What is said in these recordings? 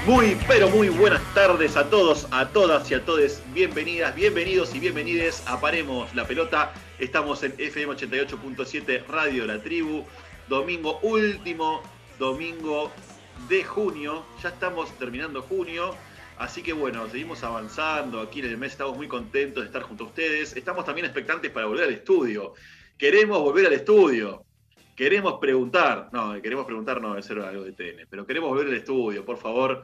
Muy, pero muy buenas tardes a todos, a todas y a todes. Bienvenidas, bienvenidos y bienvenides a Paremos la Pelota. Estamos en FM 88.7 Radio La Tribu. Domingo, último domingo de junio. Ya estamos terminando junio. Así que bueno, seguimos avanzando aquí en el mes. Estamos muy contentos de estar junto a ustedes. Estamos también expectantes para volver al estudio. Queremos volver al estudio. Queremos preguntar no, debe ser algo de TN, pero queremos volver al estudio, por favor.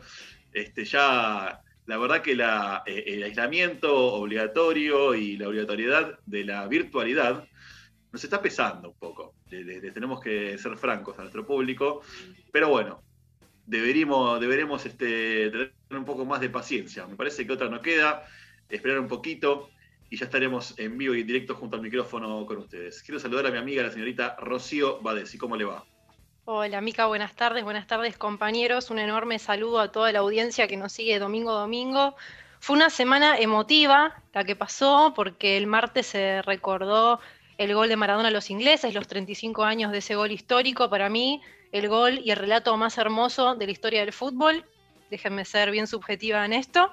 Ya, la verdad que el aislamiento obligatorio y la obligatoriedad de la virtualidad nos está pesando un poco. Tenemos que ser francos a nuestro público, pero bueno, deberemos tener un poco más de paciencia. Me parece que otra no queda, esperar un poquito y ya estaremos en vivo y en directo junto al micrófono con ustedes. Quiero saludar a mi amiga, la señorita Rocío Badesi. ¿Cómo le va? Hola, Mica, buenas tardes, compañeros. Un enorme saludo a toda la audiencia que nos sigue domingo a domingo. Fue una semana emotiva la que pasó, porque el martes se recordó el gol de Maradona a los ingleses, los 35 años de ese gol histórico. Para mí, el gol y el relato más hermoso de la historia del fútbol. Déjenme ser bien subjetiva en esto.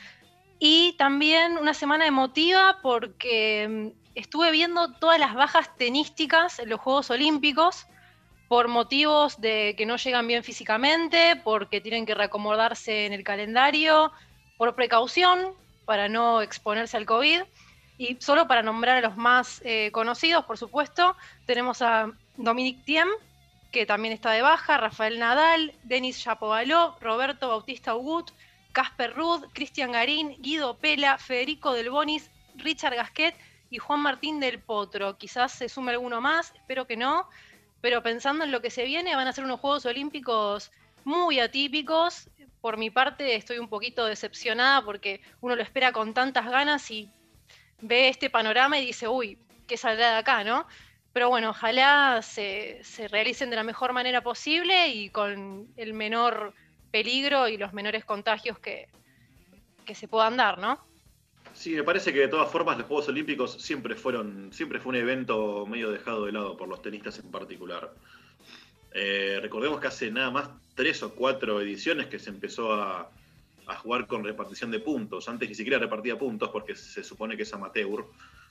Y también una semana emotiva porque estuve viendo todas las bajas tenísticas en los Juegos Olímpicos por motivos de que no llegan bien físicamente, porque tienen que reacomodarse en el calendario, por precaución, para no exponerse al COVID. Y solo para nombrar a los más conocidos, por supuesto, tenemos a Dominic Thiem, que también está de baja, Rafael Nadal, Denis Shapovalov, Roberto Bautista Agut, Casper Ruud, Cristian Garín, Guido Pela, Federico Del Bonis, Richard Gasquet y Juan Martín del Potro. Quizás se sume alguno más, espero que no, pero pensando en lo que se viene, van a ser unos Juegos Olímpicos muy atípicos. Por mi parte estoy un poquito decepcionada porque uno lo espera con tantas ganas y ve este panorama y dice, uy, ¿qué saldrá de acá, no? Pero bueno, ojalá se realicen de la mejor manera posible y con el menor peligro y los menores contagios que se puedan dar, ¿no? Sí, me parece que de todas formas los Juegos Olímpicos siempre fue un evento medio dejado de lado por los tenistas en particular. Recordemos que hace nada más 3 o 4 ediciones que se empezó a jugar con repartición de puntos. Antes ni siquiera repartía puntos porque se supone que es amateur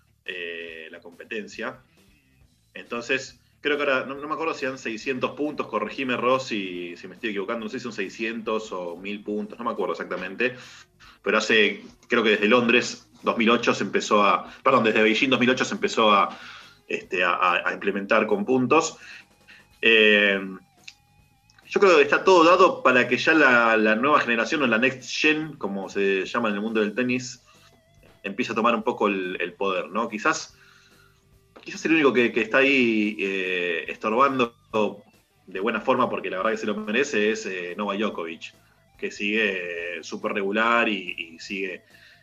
la competencia. Entonces, creo que ahora, no me acuerdo si eran 600 puntos, corregime Ross si me estoy equivocando, no sé si son 600 o 1000 puntos, no me acuerdo exactamente, pero creo que desde Londres 2008 se empezó desde Beijing 2008 se empezó a implementar con puntos. Yo creo que está todo dado para que ya la nueva generación, o la next gen, como se llama en el mundo del tenis, empiece a tomar un poco el poder, ¿no? Quizás el único que está ahí estorbando de buena forma, porque la verdad que se lo merece, es Novak Djokovic, que sigue súper regular y sigue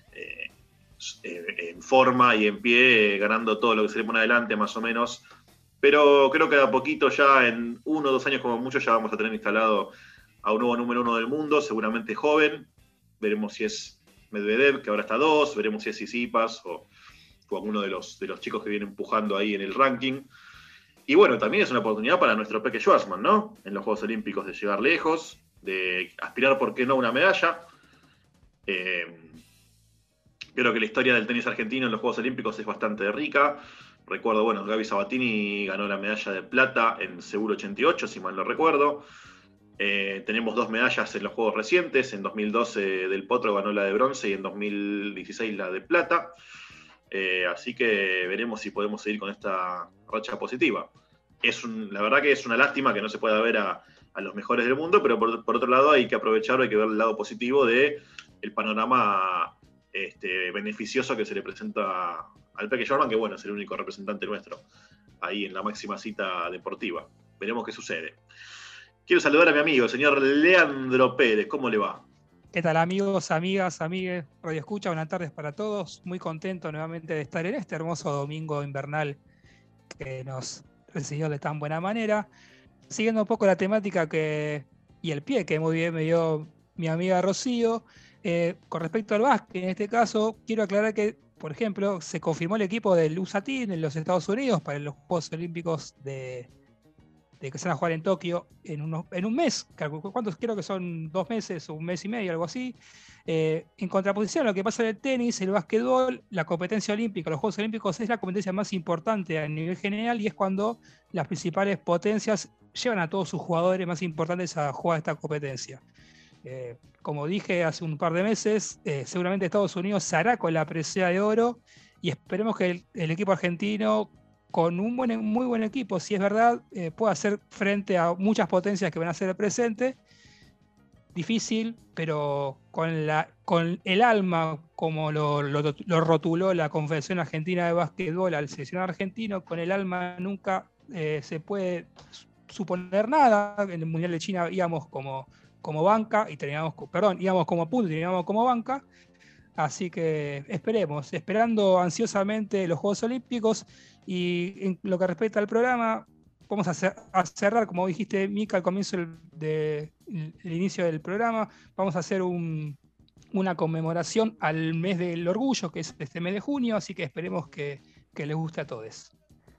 en forma y en pie, ganando todo lo que se le pone adelante, más o menos. Pero creo que a poquito, ya en 1 o 2 años como mucho, ya vamos a tener instalado a un nuevo número 1 del mundo, seguramente joven. Veremos si es Medvedev, que ahora está 2, veremos si es Tsitsipas o alguno de los chicos que vienen empujando ahí en el ranking. Y bueno, también es una oportunidad para nuestro Peque Schwarzman, ¿no? En los Juegos Olímpicos, de llegar lejos, de aspirar, ¿por qué no?, a una medalla. Creo que la historia del tenis argentino en los Juegos Olímpicos es bastante rica. Recuerdo, bueno, Gaby Sabatini ganó la medalla de plata en Seúl 88, si mal no recuerdo. Tenemos 2 medallas en los Juegos recientes. En 2012 Del Potro ganó la de bronce y en 2016 la de plata. Así que veremos si podemos seguir con esta racha positiva. La verdad que es una lástima que no se pueda ver a los mejores del mundo, pero por otro lado hay que aprovechar, hay que ver el lado positivo del panorama beneficioso que se le presenta al Peque Schwarzman, que bueno, es el único representante nuestro ahí en la máxima cita deportiva. Veremos qué sucede. Quiero saludar a mi amigo, el señor Leandro Pérez. ¿Cómo le va? ¿Qué tal, amigos, amigas, amigues? Radio Escucha, buenas tardes para todos. Muy contento nuevamente de estar en este hermoso domingo invernal que nos recibió de tan buena manera. Siguiendo un poco la temática y el pie que muy bien me dio mi amiga Rocío, con respecto al básquet, en este caso, quiero aclarar que, por ejemplo, se confirmó el equipo del USATIN en los Estados Unidos para los Juegos Olímpicos de de que se van a jugar en Tokio en un mes. ¿Cuántos? Creo que son 2 meses o un mes y medio, algo así. En contraposición a lo que pasa en el tenis, el básquetbol, la competencia olímpica, los Juegos Olímpicos es la competencia más importante a nivel general y es cuando las principales potencias llevan a todos sus jugadores más importantes a jugar esta competencia. Como dije hace un par de meses, seguramente Estados Unidos se hará con la presea de oro y esperemos que el equipo argentino, con un muy buen equipo, si es verdad, pueda hacer frente a muchas potencias que van a ser presentes. Difícil, pero con el alma, como lo rotuló la Confederación Argentina de Básquetbol al seleccionado argentino, con el alma nunca se puede suponer nada. En el Mundial de China íbamos como banca y íbamos como punto y terminábamos como banca. Así que esperando ansiosamente los Juegos Olímpicos. Y en lo que respecta al programa, vamos a cerrar, como dijiste, Mica, al comienzo del inicio del programa. Vamos a hacer una conmemoración al mes del orgullo, que es este mes de junio, así que esperemos que les guste a todos.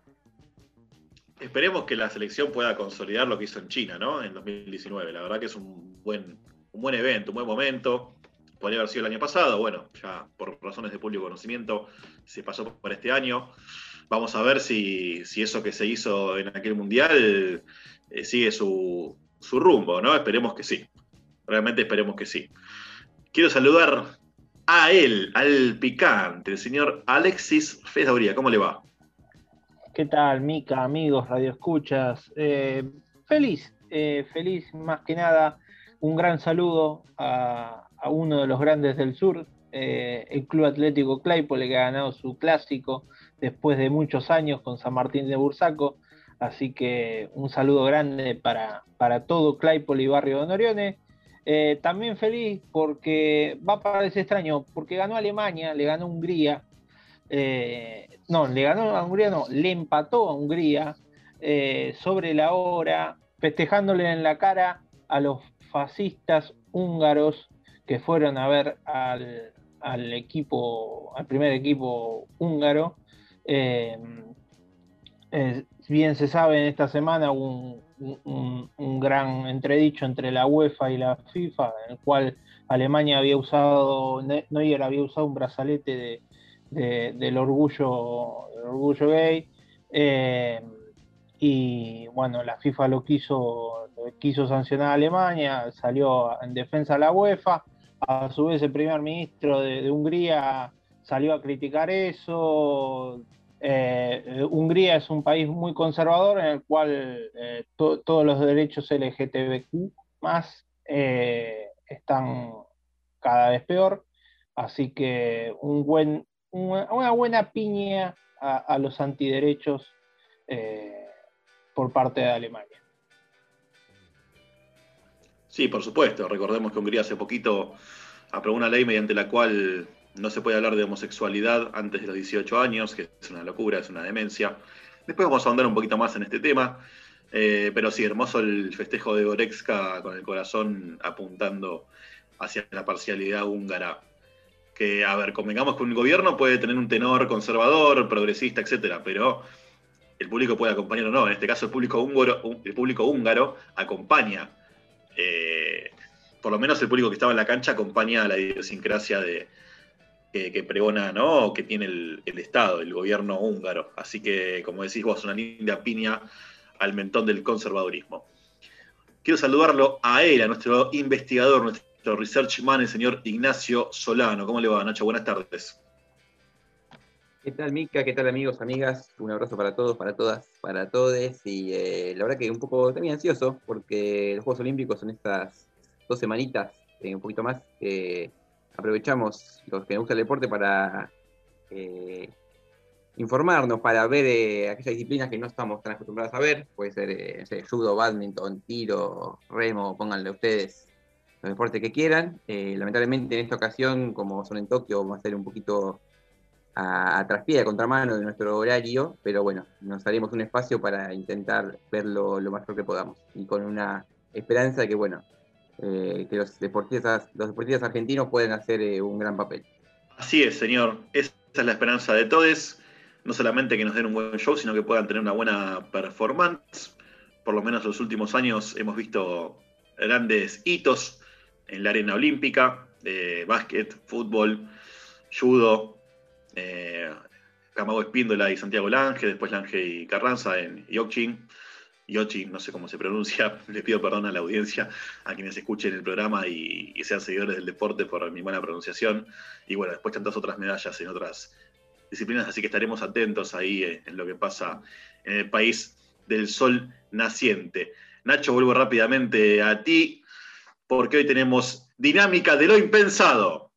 Esperemos que la selección pueda consolidar lo que hizo en China, ¿no? En 2019. La verdad que es un buen evento, un buen momento. Podría haber sido el año pasado, bueno, ya por razones de público conocimiento se pasó por este año. Vamos a ver si eso que se hizo en aquel mundial sigue su rumbo, ¿no? Esperemos que sí. Realmente esperemos que sí. Quiero saludar a él, al picante, el señor Alexis Fedauría. ¿Cómo le va? ¿Qué tal, Mica, amigos, radioescuchas? Feliz más que nada. Un gran saludo a uno de los grandes del sur, el Club Atlético Claypole, que ha ganado su clásico después de muchos años con San Martín de Bursaco. Así que un saludo grande para todo Claypole y Barrio de Norione. También feliz porque va a parecer extraño, porque ganó Alemania, le ganó a Hungría. Le empató a Hungría sobre la hora, festejándole en la cara a los fascistas húngaros que fueron a ver al primer equipo húngaro. Bien se sabe, en esta semana hubo un gran entredicho entre la UEFA y la FIFA, en el cual Alemania había usado un brazalete del orgullo gay, y bueno, la FIFA lo quiso sancionar a Alemania, salió en defensa de la UEFA. A su vez el primer ministro de Hungría salió a criticar eso. Hungría es un país muy conservador en el cual todos los derechos LGTBQ más están cada vez peor, así que una buena piña a los antiderechos por parte de Alemania. Sí, por supuesto. Recordemos que Hungría hace poquito aprobó una ley mediante la cual no se puede hablar de homosexualidad antes de los 18 años, que es una locura, es una demencia. Después vamos a ahondar un poquito más en este tema. Pero sí, hermoso el festejo de Goretzka con el corazón apuntando hacia la parcialidad húngara. Que, a ver, convengamos que un gobierno puede tener un tenor conservador, progresista, etcétera, pero el público puede acompañar o no. En este caso, el público húngaro acompaña. Por lo menos el público que estaba en la cancha acompaña a la idiosincrasia que pregona, ¿no? Que tiene el Estado, el gobierno húngaro. Así que, como decís vos, una linda piña al mentón del conservadurismo. Quiero saludarlo a él, a nuestro investigador, nuestro research man, el señor Ignacio Solano. ¿Cómo le va, Nacho? Buenas tardes. ¿Qué tal, Mica? ¿Qué tal, amigos, amigas? Un abrazo para todos, para todas, para todes. Y la verdad que un poco también ansioso, porque los Juegos Olímpicos son estas 2 semanitas, un poquito más. Aprovechamos los que nos gusta el deporte para informarnos, para ver aquellas disciplinas que no estamos tan acostumbrados a ver. Puede ser judo, badminton, tiro, remo, pónganle ustedes los deportes que quieran. Lamentablemente en esta ocasión, como son en Tokio, vamos a ser un poquito a traspié, a contramano de nuestro horario, pero bueno, nos haremos un espacio para intentar verlo lo mejor que podamos, y con una esperanza de que, bueno, que los deportistas argentinos pueden hacer un gran papel. Así es, señor. Esa es la esperanza de todos. No solamente que nos den un buen show, sino que puedan tener una buena performance. por lo menos los últimos años, hemos visto grandes hitos en la arena olímpica, de básquet, fútbol, judo, Camago Espíndola y Santiago Lange, después Lange y Carranza en Yochin, no sé cómo se pronuncia, le pido perdón a la audiencia, a quienes escuchen el programa y sean seguidores del deporte por mi mala pronunciación, y bueno, después tantas otras medallas en otras disciplinas, así que estaremos atentos ahí en lo que pasa en el país del sol naciente. Nacho, vuelvo rápidamente a ti, porque hoy tenemos dinámica de lo impensado.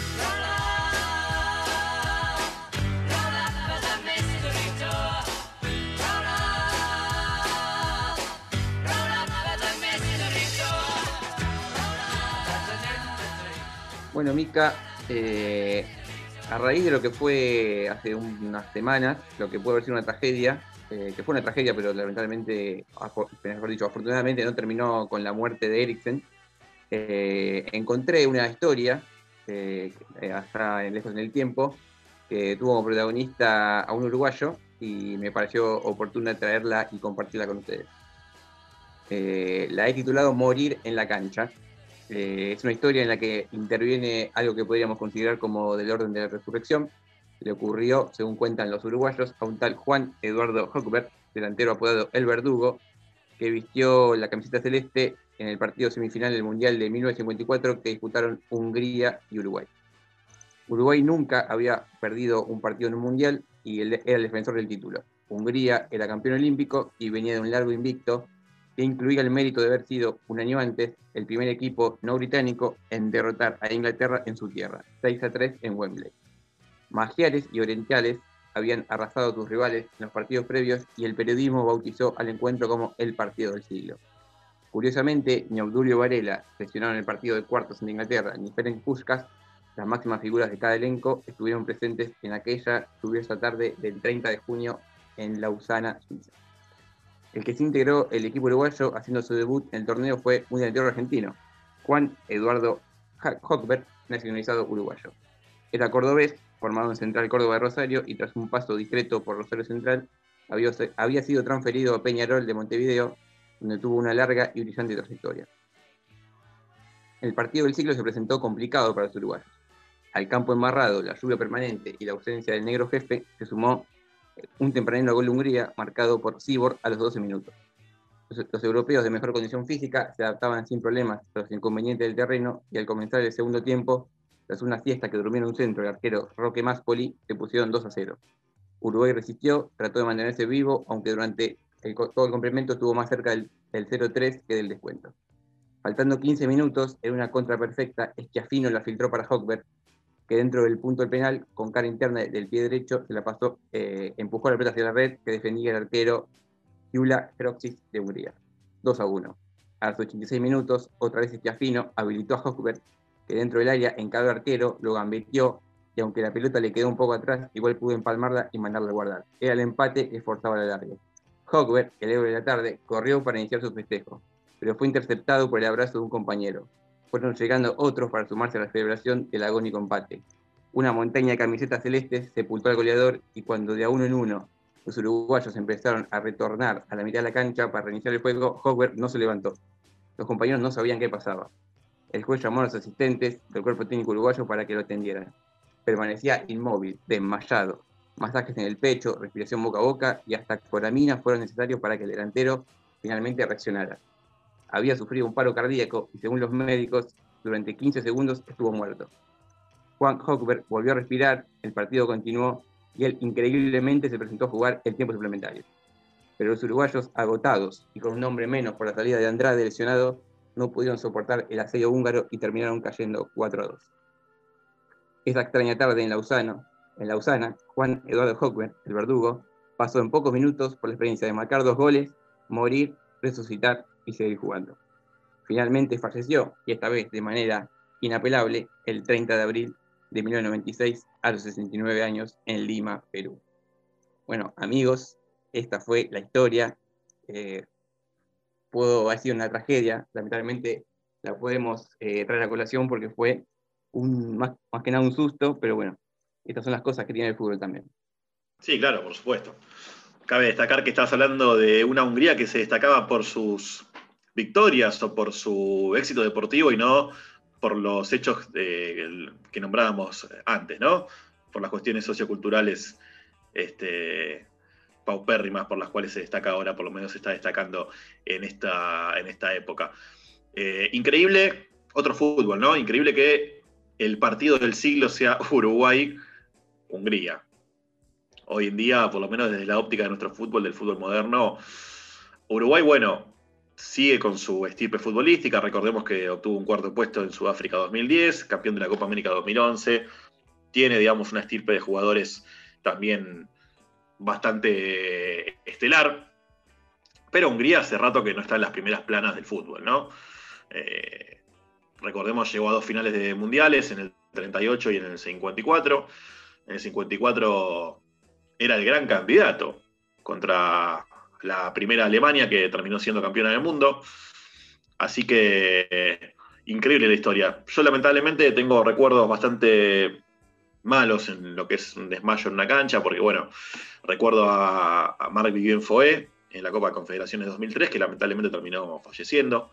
Bueno, Mica, a raíz de lo que fue hace unas semanas, lo que puede haber sido una tragedia, que fue una tragedia, pero lamentablemente, mejor dicho, afortunadamente no terminó con la muerte de Eriksen, encontré una historia, allá lejos en el tiempo, que tuvo como protagonista a un uruguayo y me pareció oportuna traerla y compartirla con ustedes. La he titulado Morir en la cancha. Es una historia en la que interviene algo que podríamos considerar como del orden de la resurrección. Le ocurrió, según cuentan los uruguayos, a un tal Juan Eduardo Hochberg, delantero apodado El Verdugo, que vistió la camiseta celeste en el partido semifinal del Mundial de 1954 que disputaron Hungría y Uruguay. Uruguay nunca había perdido un partido en un Mundial y era el defensor del título. Hungría era campeón olímpico y venía de un largo invicto que incluía el mérito de haber sido, un año antes, el primer equipo no británico en derrotar a Inglaterra en su tierra, 6-3 en Wembley. Magiares y orientales habían arrasado a sus rivales en los partidos previos y el periodismo bautizó al encuentro como el partido del siglo. Curiosamente, ni Obdulio Varela, seleccionado en el partido de cuartos en Inglaterra, ni Ferenc Puskás, las máximas figuras de cada elenco, estuvieron presentes en aquella lluviosa tarde del 30 de junio en Lausana, Suiza. El que se integró el equipo uruguayo haciendo su debut en el torneo fue un delantero argentino, Juan Eduardo Hochberg, nacionalizado uruguayo. Era cordobés, formado en Central Córdoba de Rosario y tras un paso discreto por Rosario Central, había sido transferido a Peñarol de Montevideo, donde tuvo una larga y brillante trayectoria. El partido del siglo se presentó complicado para los uruguayos. Al campo embarrado, la lluvia permanente y la ausencia del negro jefe, se sumó un tempranero gol de Hungría marcado por Sibor a los 12 minutos. Los europeos de mejor condición física se adaptaban sin problemas a los inconvenientes del terreno y al comenzar el segundo tiempo, tras una siesta que durmió en un centro el arquero Roque Maspoli, se pusieron 2-0. Uruguay resistió, trató de mantenerse vivo, aunque durante todo el complemento estuvo más cerca del 0-3 que del descuento. Faltando 15 minutos, en una contra perfecta, Schiaffino la filtró para Hochberg, que dentro del punto del penal, con cara interna del pie derecho, se la pasó, empujó la pelota hacia la red, que defendía el arquero Gyula Hroxis de Hungría. 2-1. A los 86 minutos, otra vez Schiaffino habilitó a Hochberg, que dentro del área encaró al arquero, lo gambeteó, y aunque la pelota le quedó un poco atrás, igual pudo empalmarla y mandarla a guardar. Era el empate que forzaba la larga. Hochberg, el héroe de la tarde, corrió para iniciar su festejo, pero fue interceptado por el abrazo de un compañero. Fueron llegando otros para sumarse a la celebración del agónico empate. Una montaña de camisetas celestes sepultó al goleador y cuando de a uno en uno los uruguayos empezaron a retornar a la mitad de la cancha para reiniciar el juego, Hochberg no se levantó. Los compañeros no sabían qué pasaba. El juez llamó a los asistentes del cuerpo técnico uruguayo para que lo atendieran. Permanecía inmóvil, desmayado. Masajes en el pecho, respiración boca a boca y hasta coraminas fueron necesarios para que el delantero finalmente reaccionara. Había sufrido un paro cardíaco y según los médicos, durante 15 segundos estuvo muerto. Juan Hochberg volvió a respirar, el partido continuó y él increíblemente se presentó a jugar el tiempo suplementario. Pero los uruguayos, agotados y con un hombre menos por la salida de Andrade lesionado, no pudieron soportar el asedio húngaro y terminaron cayendo 4-2. Esa extraña tarde en Lausana, Juan Eduardo Hochberg, el verdugo, pasó en pocos minutos por la experiencia de marcar 2 goles, morir, resucitar y seguir jugando. Finalmente falleció, y esta vez de manera inapelable, el 30 de abril de 1996, a los 69 años, en Lima, Perú. Bueno, amigos, esta fue la historia. Pudo haber sido una tragedia, lamentablemente la podemos traer a colación porque fue más que nada un susto, pero bueno, estas son las cosas que tiene el fútbol también. Sí, claro, por supuesto. Cabe destacar que estabas hablando de una Hungría que se destacaba por sus victorias o por su éxito deportivo y no por los hechos que nombrábamos antes, ¿no? Por las cuestiones socioculturales paupérrimas por las cuales se destaca ahora, por lo menos se está destacando en esta época. Increíble, otro fútbol, ¿no? Increíble que el partido del siglo sea Uruguay-Hungría. Hoy en día, por lo menos desde la óptica de nuestro fútbol, del fútbol moderno, Uruguay, bueno, sigue con su estirpe futbolística. Recordemos que obtuvo un cuarto puesto en Sudáfrica 2010, campeón de la Copa América 2011. Tiene, digamos, una estirpe de jugadores también bastante estelar. Pero Hungría hace rato que no está en las primeras planas del fútbol, ¿no? Recordemos, llegó a 2 finales de mundiales, en el 38 y en el 54. En el 54 era el gran candidato contra la primera Alemania, que terminó siendo campeona del mundo. Así que increíble la historia. Yo lamentablemente tengo recuerdos bastante malos en lo que es un desmayo en una cancha, porque bueno, recuerdo a Marc-Vivien Foé en la Copa de Confederaciones 2003, que lamentablemente terminó falleciendo.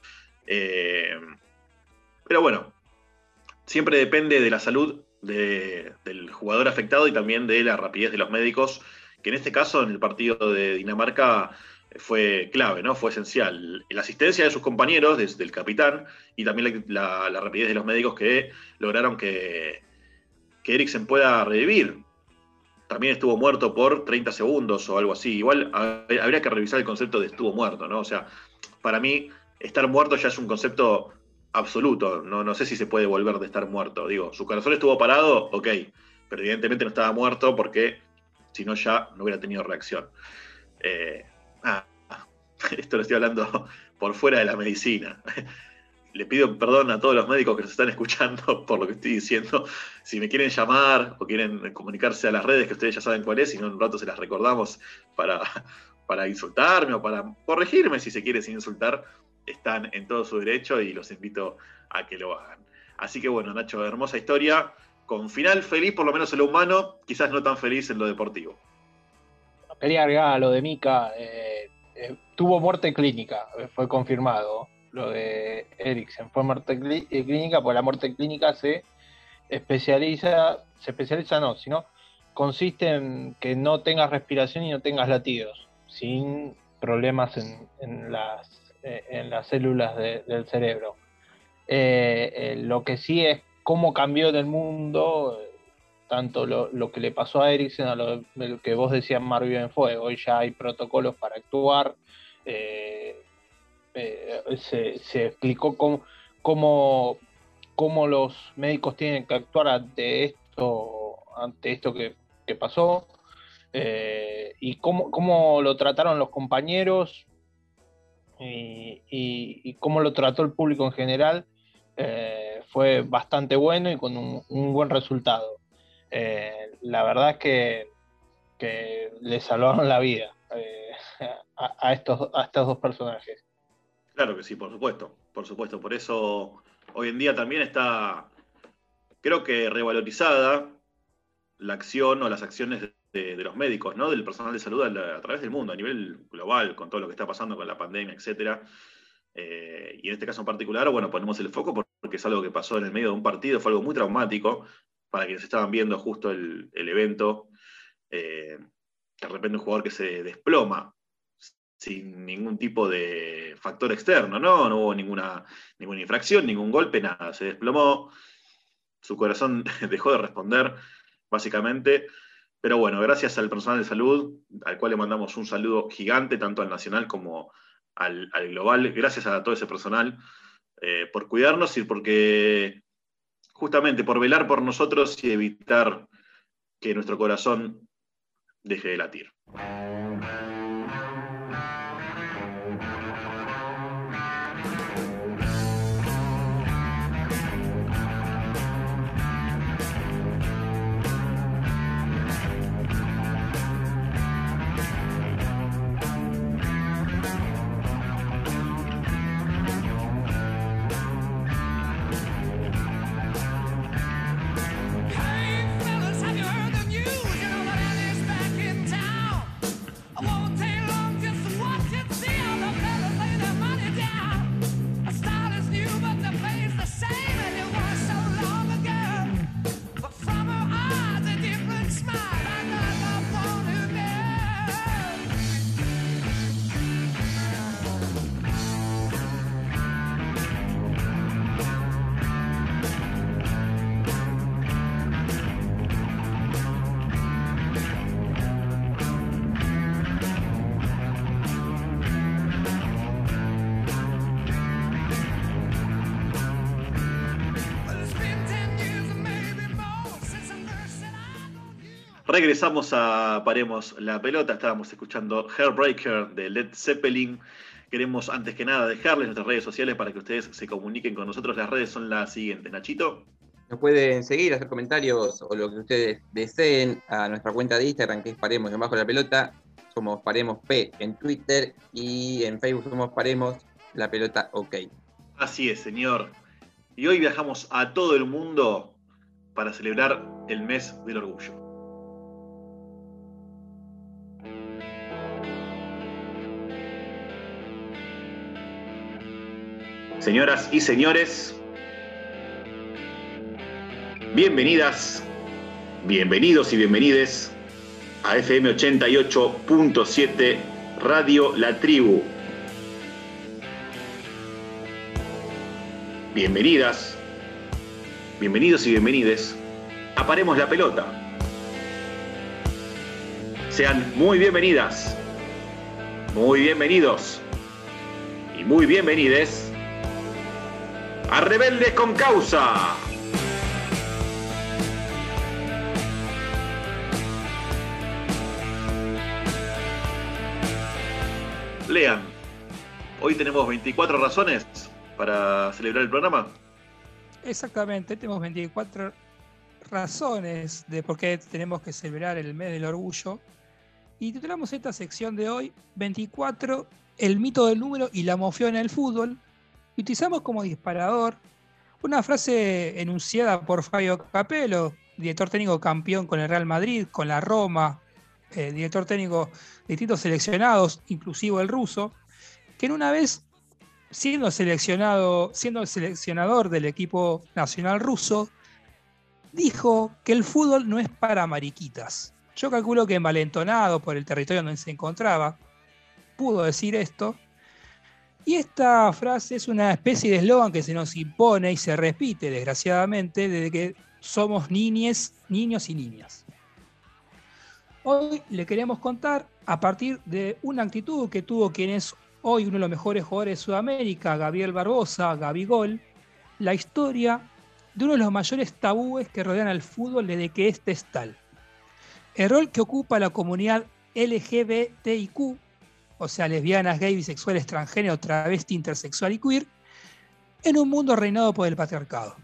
Pero bueno, siempre depende de la salud del jugador afectado y también de la rapidez de los médicos, que en este caso, en el partido de Dinamarca, fue clave, ¿no? Fue esencial. La asistencia de sus compañeros, desde el capitán, y también la rapidez de los médicos que lograron que Eriksen pueda revivir. También estuvo muerto por 30 segundos o algo así. Igual habría que revisar el concepto de estuvo muerto, ¿no? O sea, para mí, estar muerto ya es un concepto absoluto. No sé si se puede volver de estar muerto. Digo, su corazón estuvo parado, ok, pero evidentemente no estaba muerto porque si no ya no hubiera tenido reacción. Esto lo estoy hablando por fuera de la medicina. Le pido perdón a todos los médicos que nos están escuchando por lo que estoy diciendo. Si me quieren llamar o quieren comunicarse a las redes, que ustedes ya saben cuál es, y en un rato se las recordamos para insultarme o para corregirme, si se quiere, sin insultar, están en todo su derecho y los invito a que lo hagan. Así que bueno, Nacho, hermosa historia, con final feliz por lo menos en lo humano, quizás no tan feliz en lo deportivo. Quería agregar a lo de Mika, tuvo muerte clínica, fue confirmado. Lo de Eriksen fue muerte clínica, porque la muerte clínica consiste en que no tengas respiración y no tengas latidos, sin problemas en las células del cerebro. Lo que sí es cómo cambió en el mundo, tanto lo que le pasó a Eriksen, a lo que vos decías, Marc-Vivien Foé. Hoy ya hay protocolos para actuar. Se explicó cómo los médicos tienen que actuar ante esto que pasó, y cómo lo trataron los compañeros y cómo lo trató el público en general. Fue bastante bueno y con un buen resultado. La verdad es que le salvaron la vida a estos dos personajes. Claro que sí, por supuesto. Por eso hoy en día también está, creo que revalorizada la acción o las acciones de los médicos, ¿no? Del personal de salud a través del mundo, a nivel global, con todo lo que está pasando con la pandemia, etcétera. Y en este caso en particular, bueno, ponemos el foco porque es algo que pasó en el medio de un partido, fue algo muy traumático para quienes estaban viendo justo el evento. De repente un jugador que se desploma sin ningún tipo de factor externo, ¿no? No hubo ninguna infracción, ningún golpe, nada. Se desplomó, su corazón dejó de responder, básicamente. Pero bueno, gracias al personal de salud, al cual le mandamos un saludo gigante, tanto al nacional como al global. Gracias a todo ese personal por cuidarnos y porque, justamente, por velar por nosotros y evitar que nuestro corazón deje de latir. Regresamos a Paremos la Pelota. Estábamos escuchando Heartbreaker de Led Zeppelin. Queremos antes que nada dejarles nuestras redes sociales para que ustedes se comuniquen con nosotros. Las redes son las siguientes. Nachito. Nos pueden seguir, hacer comentarios o lo que ustedes deseen a nuestra cuenta de Instagram, que es Paremos Bajo la Pelota. Somos Paremos P en Twitter y en Facebook somos Paremos la Pelota OK. Así es, señor. Y hoy viajamos a todo el mundo para celebrar el mes del orgullo. Señoras y señores, bienvenidas, bienvenidos y bienvenides a FM 88.7 Radio La Tribu. Bienvenidas, bienvenidos y bienvenides a Paremos la Pelota. Sean muy bienvenidas, muy bienvenidos y muy bienvenides a Rebeldes con Causa. Lean, hoy tenemos 24 razones para celebrar el programa. Exactamente, tenemos 24 razones de por qué tenemos que celebrar el mes del orgullo. Y titulamos esta sección de hoy 24, el mito del número y la mofiona en el fútbol. Y utilizamos como disparador una frase enunciada por Fabio Capello, director técnico campeón con el Real Madrid, con la Roma, director técnico de distintos seleccionados, inclusive el ruso, que en una vez, siendo el seleccionador del equipo nacional ruso, dijo que el fútbol no es para mariquitas. Yo calculo que envalentonado por el territorio donde se encontraba, pudo decir esto. Y esta frase es una especie de eslogan que se nos impone y se repite, desgraciadamente, desde que somos niños y niñas. Hoy le queremos contar, a partir de una actitud que tuvo quien es hoy uno de los mejores jugadores de Sudamérica, Gabriel Barbosa, Gabigol, la historia de uno de los mayores tabúes que rodean al fútbol desde que este es tal. El rol que ocupa la comunidad LGBTIQ, o sea, lesbianas, gay, bisexuales, transgénero, travesti, intersexual y queer, en un mundo reinado por el patriarcado.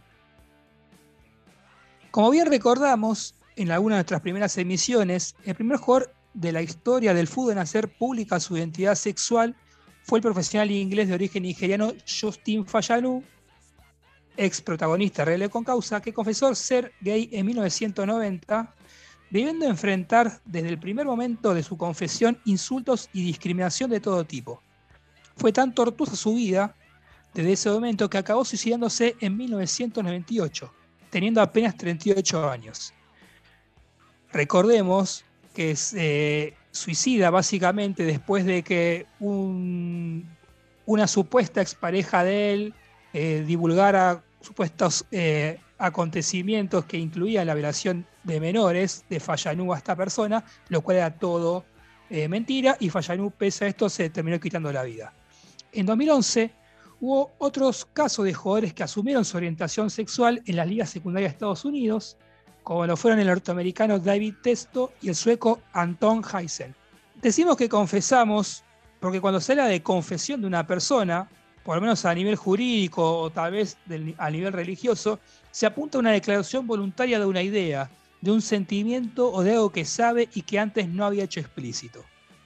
Como bien recordamos, en alguna de nuestras primeras emisiones, el primer jugador de la historia del fútbol en hacer pública su identidad sexual fue el profesional inglés de origen nigeriano Justin Fayanu, ex protagonista de Rebelde con Causa, que confesó ser gay en 1990, debiendo enfrentar desde el primer momento de su confesión insultos y discriminación de todo tipo. Fue tan tortuosa su vida desde ese momento que acabó suicidándose en 1998, teniendo apenas 38 años. Recordemos que se suicida básicamente después de que una supuesta expareja de él divulgara supuestos acontecimientos que incluían la violación de menores de Fayanu a esta persona, lo cual era todo mentira, y Fayanu, pese a esto, se terminó quitando la vida. En 2011 hubo otros casos de jugadores que asumieron su orientación sexual en las ligas secundarias de Estados Unidos, como lo fueron el norteamericano David Testo y el sueco Anton Heysel. Decimos que confesamos porque cuando se habla de confesión de una persona, por lo menos a nivel jurídico o tal vez a nivel religioso, se apunta a una declaración voluntaria de una idea, de un sentimiento o de algo que sabe y que antes no había hecho explícito.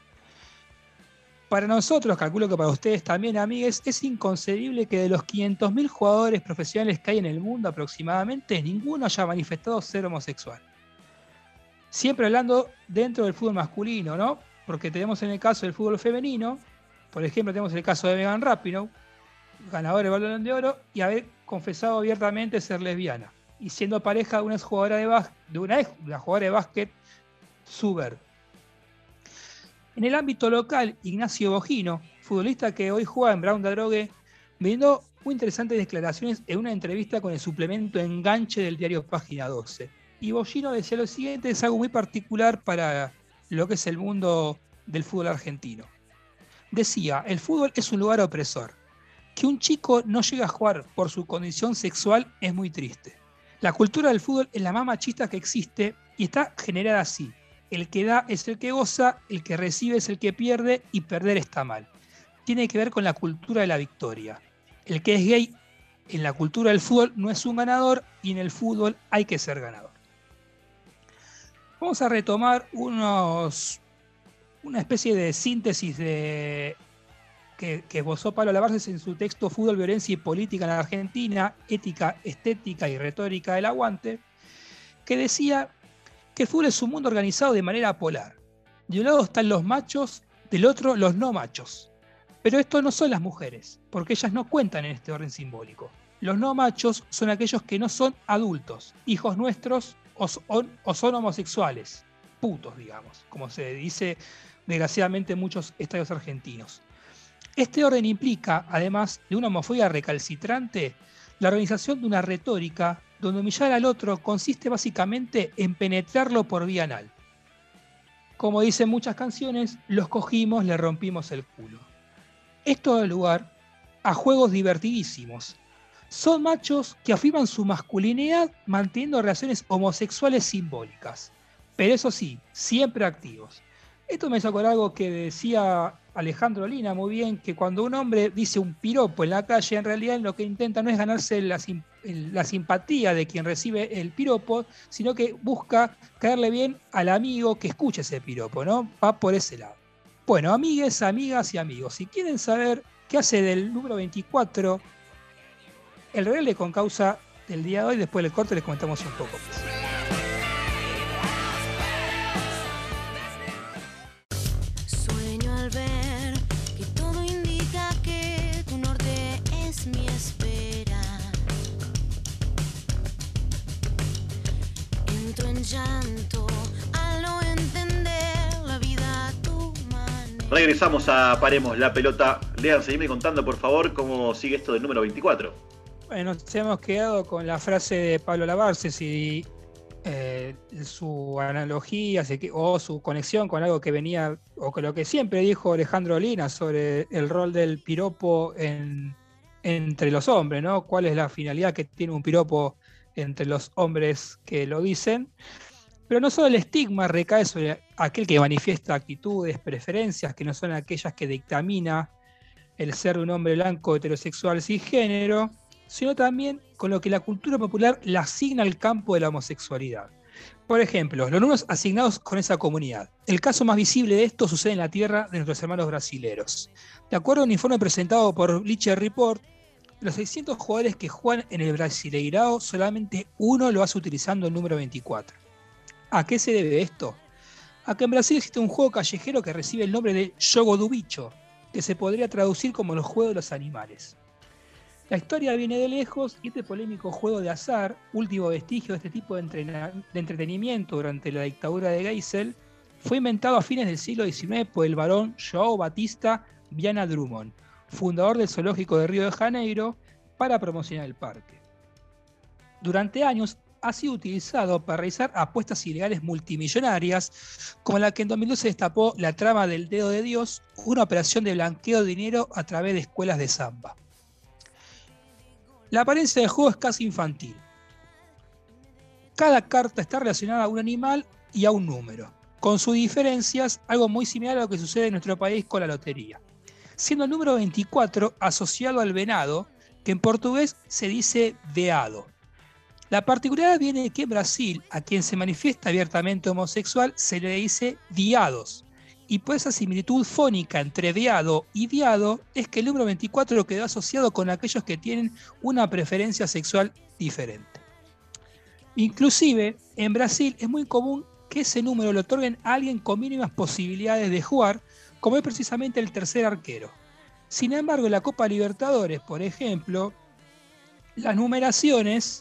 Para nosotros, calculo que para ustedes también, amigues, es inconcebible que de los 500.000 jugadores profesionales que hay en el mundo aproximadamente, ninguno haya manifestado ser homosexual. Siempre hablando dentro del fútbol masculino, ¿no? Porque tenemos en el caso del fútbol femenino, por ejemplo, tenemos el caso de Megan Rapinoe, ganadora del Balón de Oro, y haber confesado abiertamente ser lesbiana, y siendo pareja de una jugadora de jugadora de básquet, Suber. En el ámbito local, Ignacio Bogino, futbolista que hoy juega en Brown de Drogue, brindó muy interesantes declaraciones en una entrevista con el suplemento Enganche del diario Página 12. Y Bogino decía lo siguiente, es algo muy particular para lo que es el mundo del fútbol argentino. Decía, el fútbol es un lugar opresor. Que un chico no llegue a jugar por su condición sexual es muy triste. La cultura del fútbol es la más machista que existe y está generada así. El que da es el que goza, el que recibe es el que pierde y perder está mal. Tiene que ver con la cultura de la victoria. El que es gay en la cultura del fútbol no es un ganador y en el fútbol hay que ser ganador. Vamos a retomar una especie de síntesis que esbozó Pablo Labarces en su texto Fútbol, Violencia y Política en la Argentina, Ética, Estética y Retórica del Aguante, que decía que el fútbol es un mundo organizado de manera polar. De un lado están los machos, del otro los no machos. Pero esto no son las mujeres, porque ellas no cuentan en este orden simbólico. Los no machos son aquellos que no son adultos, hijos nuestros o son homosexuales, putos, digamos, como se dice desgraciadamente en muchos estadios argentinos. Este orden implica, además de una homofobia recalcitrante, la organización de una retórica donde humillar al otro consiste básicamente en penetrarlo por vía anal. Como dicen muchas canciones, los cogimos, le rompimos el culo. Esto da lugar a juegos divertidísimos. Son machos que afirman su masculinidad manteniendo relaciones homosexuales simbólicas, pero eso sí, siempre activos. Esto me sacó algo que decía Alejandro Lina muy bien, que cuando un hombre dice un piropo en la calle, en realidad lo que intenta no es ganarse la simpatía de quien recibe el piropo, sino que busca caerle bien al amigo que escucha ese piropo, ¿no? Va por ese lado. Bueno, amigues, amigas y amigos, si quieren saber qué hace del número 24 el rebelde con causa del día de hoy, después del corte les comentamos un poco más. Llanto, al no entender la vida a tu manera. Regresamos a Paremos la Pelota. Lean, seguime contando por favor cómo sigue esto del número 24. Bueno, nos hemos quedado con la frase de Pablo Labarces y su analogía o su conexión con algo que venía, o con lo que siempre dijo Alejandro Lina sobre el rol del piropo entre los hombres, ¿no? ¿Cuál es la finalidad que tiene un piropo entre los hombres que lo dicen? Pero no solo el estigma recae sobre aquel que manifiesta actitudes, preferencias que no son aquellas que dictamina el ser de un hombre blanco heterosexual cisgénero, sino también con lo que la cultura popular le asigna al campo de la homosexualidad. Por ejemplo, los números asignados con esa comunidad. El caso más visible de esto sucede en la tierra de nuestros hermanos brasileros. De acuerdo a un informe presentado por Bleacher Report, de los 600 jugadores que juegan en el Brasileirao, solamente uno lo hace utilizando el número 24. ¿A qué se debe esto? A que en Brasil existe un juego callejero que recibe el nombre de Jogo do Bicho, que se podría traducir como los juegos de los animales. La historia viene de lejos y este polémico juego de azar, último vestigio de este tipo de entretenimiento durante la dictadura de Geisel, fue inventado a fines del siglo XIX por el barón João Batista Viana Drummond, fundador del zoológico de Río de Janeiro, para promocionar el parque. Durante años ha sido utilizado para realizar apuestas ilegales multimillonarias, como la que en 2012 destapó la trama del Dedo de Dios, una operación de blanqueo de dinero a través de escuelas de samba. La apariencia del juego es casi infantil. Cada carta está relacionada a un animal y a un número, con sus diferencias, algo muy similar a lo que sucede en nuestro país con la lotería. Siendo el número 24 asociado al venado, que en portugués se dice veado. La particularidad viene de que en Brasil, a quien se manifiesta abiertamente homosexual, se le dice viados. Y por esa similitud fónica entre veado y viado, es que el número 24 quedó asociado con aquellos que tienen una preferencia sexual diferente. Inclusive, en Brasil es muy común que ese número lo otorguen a alguien con mínimas posibilidades de jugar, como es precisamente el tercer arquero. Sin embargo, en la Copa Libertadores, por ejemplo, las numeraciones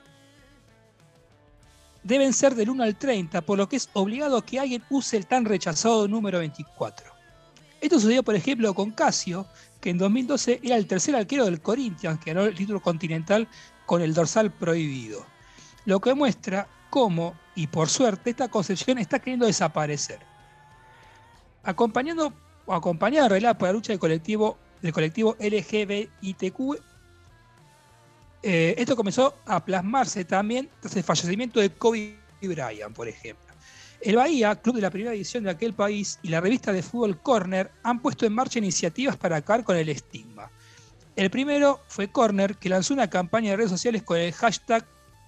deben ser del 1 al 30, por lo que es obligado que alguien use el tan rechazado número 24. Esto sucedió, por ejemplo, con Casio, que en 2012 era el tercer arquero del Corinthians, que ganó el título continental con el dorsal prohibido. Lo que muestra cómo, y por suerte, esta concepción está queriendo desaparecer. Acompañada en realidad por la lucha del colectivo LGBTQ, Esto comenzó a plasmarse también tras el fallecimiento de Kobe Bryant, por ejemplo. El Bahía, club de la primera división de aquel país, y la revista de fútbol Corner han puesto en marcha iniciativas para acabar con el estigma. El primero fue Corner, que lanzó una campaña de redes sociales con el hashtag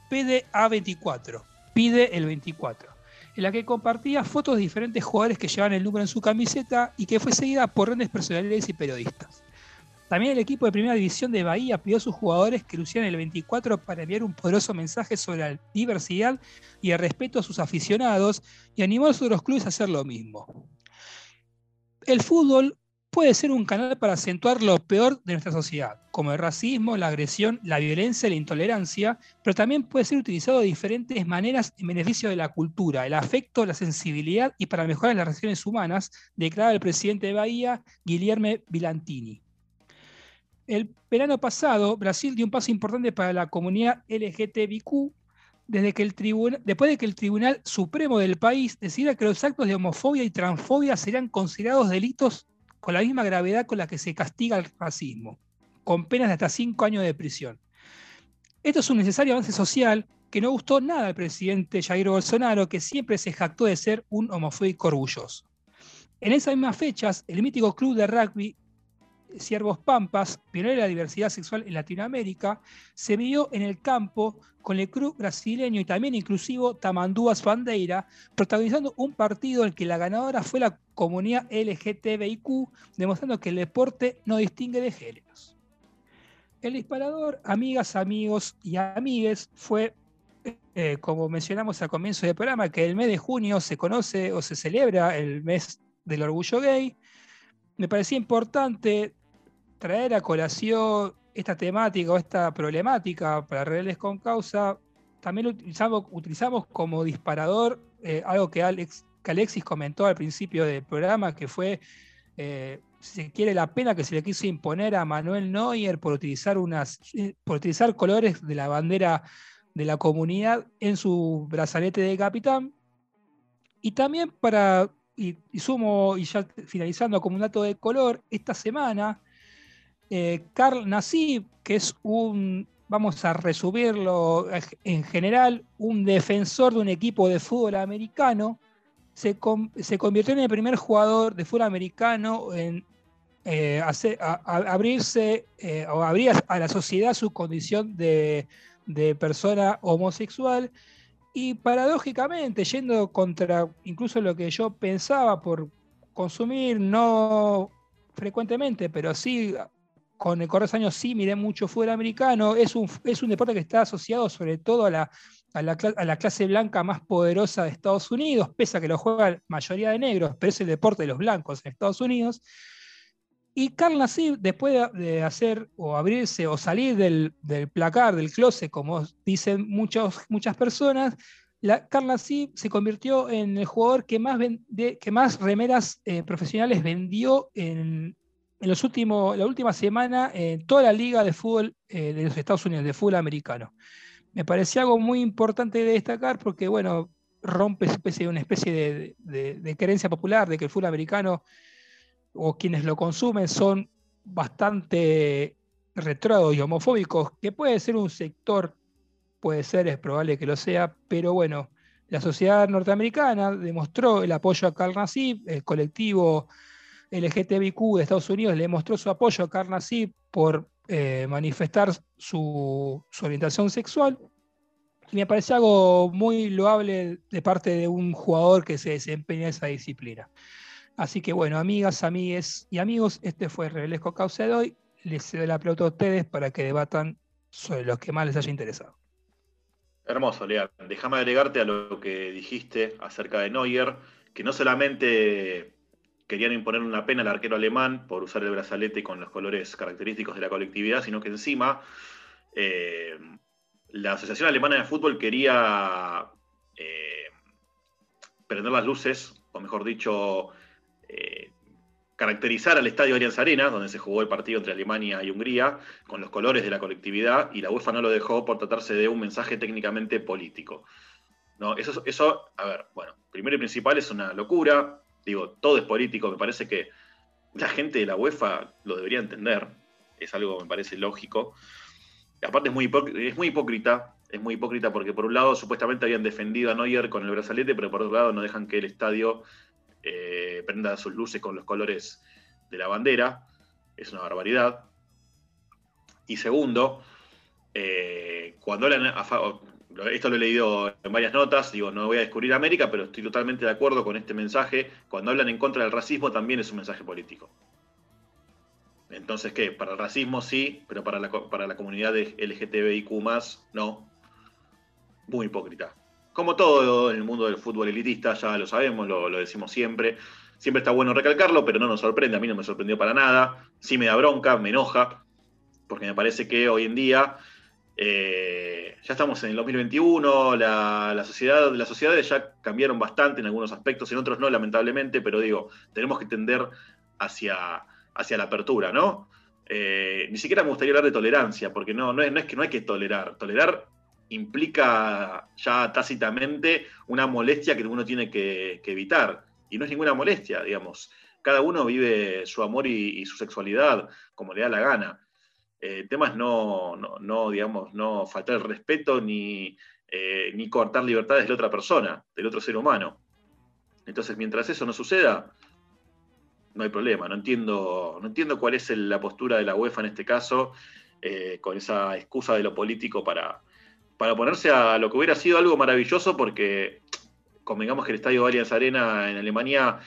PDA24, pide el 24, en la que compartía fotos de diferentes jugadores que llevaban el número en su camiseta y que fue seguida por grandes personalidades y periodistas. También el equipo de primera división de Bahía pidió a sus jugadores que lucieran el 24 para enviar un poderoso mensaje sobre la diversidad y el respeto a sus aficionados y animó a los otros clubes a hacer lo mismo. El fútbol puede ser un canal para acentuar lo peor de nuestra sociedad, como el racismo, la agresión, la violencia y la intolerancia, pero también puede ser utilizado de diferentes maneras en beneficio de la cultura, el afecto, la sensibilidad y para mejorar las relaciones humanas, declara el presidente de Bahía, Guilherme Vilantini. El verano pasado, Brasil dio un paso importante para la comunidad LGTBIQ después de que el Tribunal Supremo del país decidiera que los actos de homofobia y transfobia serían considerados delitos con la misma gravedad con la que se castiga el racismo, con penas de hasta 5 años de prisión. Esto es un necesario avance social que no gustó nada al presidente Jair Bolsonaro, que siempre se jactó de ser un homofóbico orgulloso. En esas mismas fechas, el mítico club de rugby Ciervos Pampas, pionero de la diversidad sexual en Latinoamérica, se vio en el campo con el club brasileño y también inclusivo Tamanduas Bandeira, protagonizando un partido en el que la ganadora fue la comunidad LGTBIQ, demostrando que el deporte no distingue de géneros. El disparador, amigas, amigos y amigues, fue, como mencionamos al comienzo del programa, que el mes de junio se conoce o se celebra el mes del orgullo gay. Me parecía importante traer a colación esta temática o esta problemática para Rebeldes con Causa. También utilizamos como disparador algo que Alexis comentó al principio del programa, que fue, si se quiere, la pena que se le quiso imponer a Manuel Neuer por utilizar colores de la bandera de la comunidad en su brazalete de capitán. Y también sumo, y ya finalizando como un dato de color, esta semana Carl Nassib, que es vamos a resumirlo en general, un defensor de un equipo de fútbol americano, se convirtió en el primer jugador de fútbol americano en abrir a la sociedad su condición de persona homosexual. Y paradójicamente, yendo contra incluso lo que yo pensaba por consumir, no frecuentemente, pero sí con el correr de los años sí miré mucho fútbol americano, es un deporte que está asociado sobre todo a la clase blanca más poderosa de Estados Unidos, pese a que lo juega la mayoría de negros, pero es el deporte de los blancos en Estados Unidos. Y Carl Nassib, después de hacer o abrirse o salir del placar, del closet, como dicen muchas personas, Carl Nassib se convirtió en el jugador que más remeras profesionales vendió en la última semana en toda la liga de fútbol de los Estados Unidos, de fútbol americano. Me parecía algo muy importante de destacar porque, bueno, rompe una especie de creencia popular de que el fútbol americano o quienes lo consumen son bastante retrógrados y homofóbicos, que puede ser un sector, es probable que lo sea, pero bueno, la sociedad norteamericana demostró el apoyo a Carl Nassib, el colectivo LGTBIQ de Estados Unidos le mostró su apoyo a Carl Nassib por manifestar su orientación sexual, y me parece algo muy loable de parte de un jugador que se desempeña en esa disciplina. Así que bueno, amigas, amigues y amigos, este fue Rebeldes con Causa de hoy. Les cedo la pelota a ustedes para que debatan sobre los que más les haya interesado. Hermoso, Lea. Déjame agregarte a lo que dijiste acerca de Neuer, que no solamente querían imponer una pena al arquero alemán por usar el brazalete con los colores característicos de la colectividad, sino que encima la Asociación Alemana de Fútbol quería prender las luces, o mejor dicho, caracterizar al estadio Allianz Arena, donde se jugó el partido entre Alemania y Hungría, con los colores de la colectividad, y la UEFA no lo dejó por tratarse de un mensaje técnicamente político. No, eso, a ver, bueno, primero y principal es una locura, digo, todo es político, me parece que la gente de la UEFA lo debería entender, es algo que me parece lógico. Aparte es muy hipócrita. Es muy hipócrita porque por un lado supuestamente habían defendido a Neuer con el brazalete, pero por otro lado no dejan que el estadio prenda sus luces con los colores de la bandera. Es una barbaridad. Y segundo, cuando hablan esto lo he leído en varias notas, digo, no voy a descubrir América, pero estoy totalmente de acuerdo con este mensaje. Cuando hablan en contra del racismo también es un mensaje político. Entonces, ¿qué? Para el racismo sí, pero para la comunidad de LGTBIQ+, no. Muy hipócrita. Como todo en el mundo del fútbol elitista, ya lo sabemos, lo decimos siempre. Siempre está bueno recalcarlo, pero no nos sorprende. A mí no me sorprendió para nada. Sí me da bronca, me enoja, porque me parece que hoy en día ya estamos en el 2021, las sociedades ya cambiaron bastante en algunos aspectos, en otros no, lamentablemente, pero digo, tenemos que tender hacia la apertura, ¿no? Ni siquiera me gustaría hablar de tolerancia, porque no es que no hay que tolerar. Tolerar implica ya tácitamente una molestia que uno tiene que evitar, y no es ninguna molestia, digamos. Cada uno vive su amor y su sexualidad como le da la gana. El tema es digamos, no faltar el respeto ni cortar libertades de la otra persona, del otro ser humano. Entonces, mientras eso no suceda, no hay problema. No entiendo cuál es la postura de la UEFA en este caso, con esa excusa de lo político para oponerse a lo que hubiera sido algo maravilloso, porque convengamos que el estadio Allianz Arena en Alemania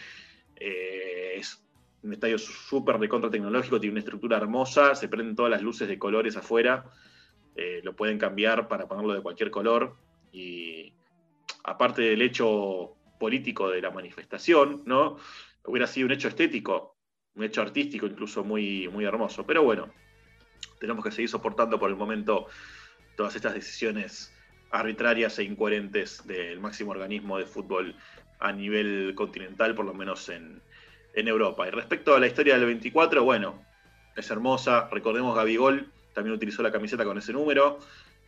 es un estadio súper recontra tecnológico, tiene una estructura hermosa, se prenden todas las luces de colores afuera, lo pueden cambiar para ponerlo de cualquier color, y aparte del hecho político de la manifestación, ¿no? Hubiera sido un hecho estético, un hecho artístico incluso muy, muy hermoso. Pero bueno, tenemos que seguir soportando por el momento todas estas decisiones arbitrarias e incoherentes del máximo organismo de fútbol a nivel continental, por lo menos en Europa. Y respecto a la historia del 24, bueno, es hermosa. Recordemos, Gabigol también utilizó la camiseta con ese número.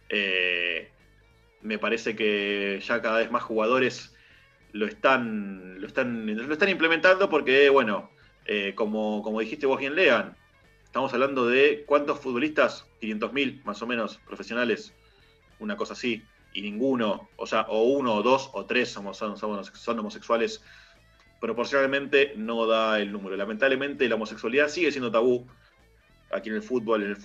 Me parece que ya cada vez más jugadores lo están implementando porque, bueno, como dijiste vos bien, Lean, estamos hablando de ¿cuántos futbolistas? 500.000 más o menos profesionales, una cosa así, y ninguno, o sea, o uno, o dos, o tres son homosexuales. Proporcionalmente no da el número. Lamentablemente la homosexualidad sigue siendo tabú aquí en el fútbol. En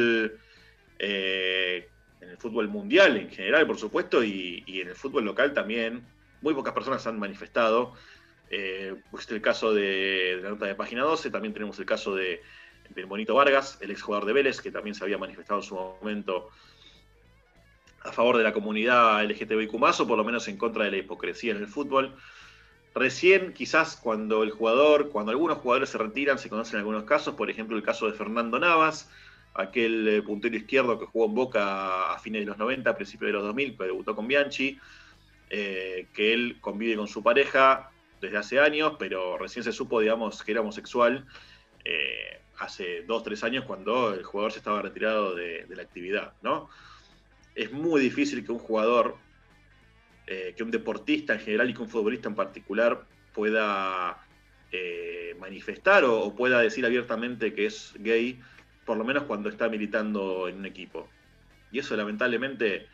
el fútbol mundial en general, por supuesto, y en el fútbol local también. Muy pocas personas han manifestado. Pues el caso de la nota de Página 12, también tenemos el caso del Monito Vargas, el exjugador de Vélez, que también se había manifestado en su momento a favor de la comunidad LGTBIQ+, o por lo menos en contra de la hipocresía en el fútbol. Recién, quizás, cuando algunos jugadores se retiran, se conocen algunos casos, por ejemplo el caso de Fernando Navas, aquel puntero izquierdo que jugó en Boca a fines de los 90, a principios de los 2000, que debutó con Bianchi, que él convive con su pareja desde hace años, pero recién se supo, digamos, que era homosexual hace 2-3 años, cuando el jugador se estaba retirado de la actividad, ¿no? Es muy difícil que un jugador, que un deportista en general y que un futbolista en particular pueda manifestar o pueda decir abiertamente que es gay, por lo menos cuando está militando en un equipo. Y eso lamentablemente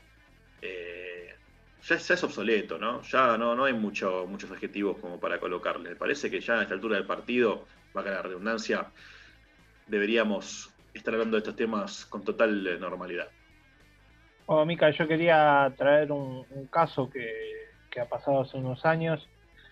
ya es obsoleto, ¿no? Ya no hay muchos adjetivos como para colocarle. Me parece que ya a esta altura del partido, va a la redundancia, deberíamos estar hablando de estos temas con total normalidad. Bueno, Mica, yo quería traer un caso que ha pasado hace unos años.